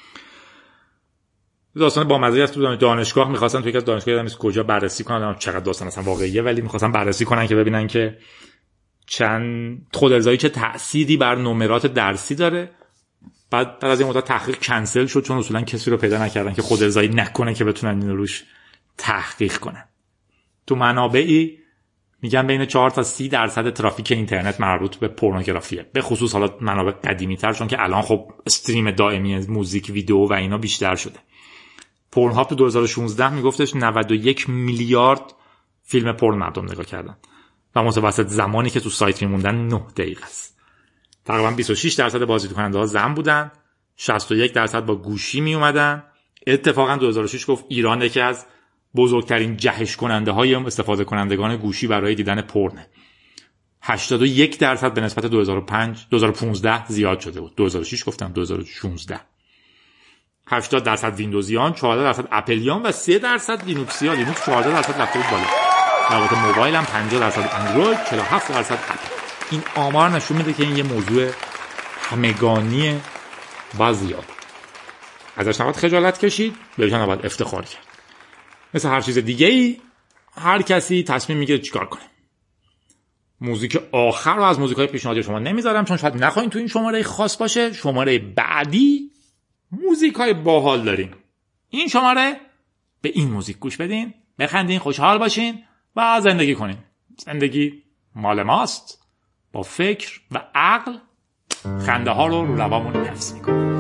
داستان با مزه است. تو دانشگاه می‌خواستن تو یک از دانشگاه‌ها کجا بررسی کنن چقدر داستان اصلا واقعیه، ولی می‌خواستن بررسی کنن که ببینن که خود ارضایی چه تأثیری بر نمرات درسی داره. بعد از این مدت تحقیق کنسل شد چون اصولا کسی رو پیدا نکردن که خود ارضایی نکنه که بتونن اینو روش تحقیق کنن. تو منابعی میگن بین 4 تا 30% ترافیک اینترنت مربوط به پورنوگرافیه، به خصوص حالا منابع قدیمی‌تر، چون که الان خب استریم دائمی از موزیک، ویدیو و اینا بیشتر شده. پورنهاب تو 2016 میگفتش 91 میلیارد فیلم پورن مردم نگاه کردن و متوسط زمانی که تو سایت میموندن 9 دقیقه است. تقریبا 26% بازدیدکننده ها زن بودن، 61% با گوشی می اومدن. اتفاقا 2006 گفت ایران یکی از بزرگترین جهش کننده های استفاده کنندگان گوشی برای دیدن پورن. 81% به نسبت 2015 زیاد شده بود. 2006 گفتم 2016. 80% ویندوزیان، 14% اپلیان و 3% لینوکسیان. لینوکس 14% رفته بود بالا. البته موبایل هم 50% اندروید، 47% اپل. این آمار نشون میده که این یه موضوع همگانی و زیاد. ازش نباید خجالت کشید، بهش نباید افتخار کرد. مثل هر چیز دیگه‌ای هر کسی تصمیم میگیره چیکار کنه. موزیک آخر رو از موزیکای پیشنهادی شما نمیذارم چون شاید نخواین تو این شماره خاص باشه. شماره بعدی موزیکای باحال داریم. این شماره به این موزیک گوش بدین، بخندین، خوشحال باشین و زندگی کنین. زندگی مال ماست. با فکر و عقل خنده ها رو روامون حفظ میکنیم.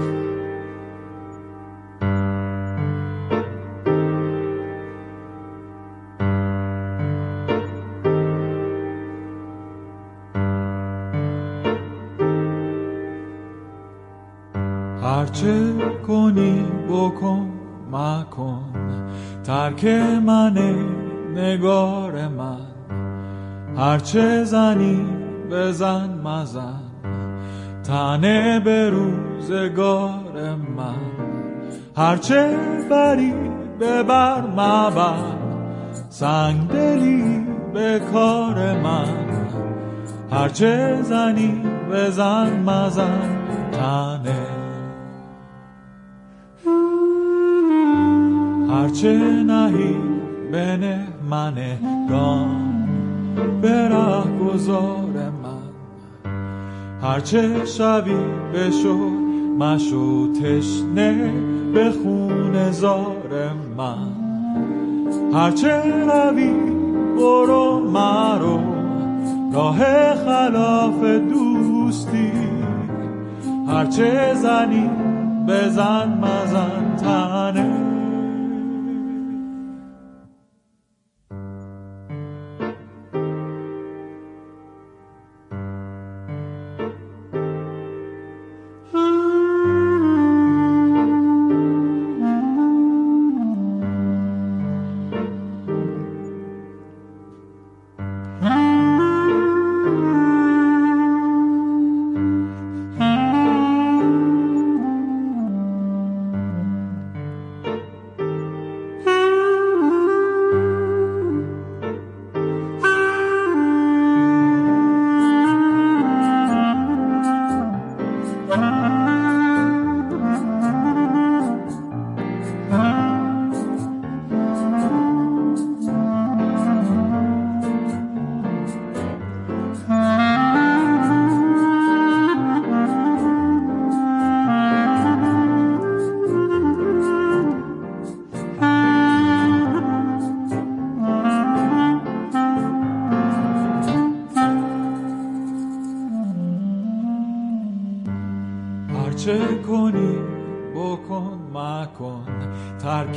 هرچه کنی بکن مکن، ترک من نگار من، هرچه زنی بزن مزن، تنه به روزگار من، هرچه بری ببر مبر، سنگ دلی به کار من، هرچه زنی بزن مزن، تنه هرچه نهی بنه منگان، به ره گذار من، هرچه شوی بشو مشو تشنه به خون زار من، هرچه روی برو مرو راه خلاف دوستی، هرچه زنی بزن مزن تنه.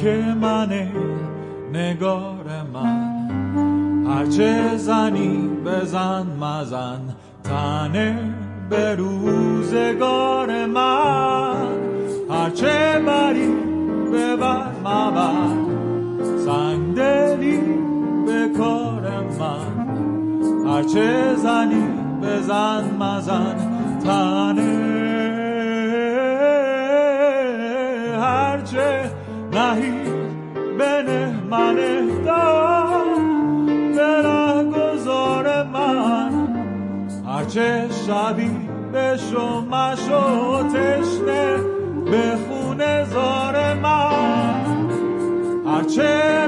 که منه نگار من، هرچه زنی بزن مزن تنه به روزگار من، هرچه بری ببر مبر سنگدلی به کار من، هرچه زنی بزن مزن تنه، هرچه نهی بنه من اهدار به رهگذار من، هرچه شبی بشو مشو تشنه به خون زار من، هرچه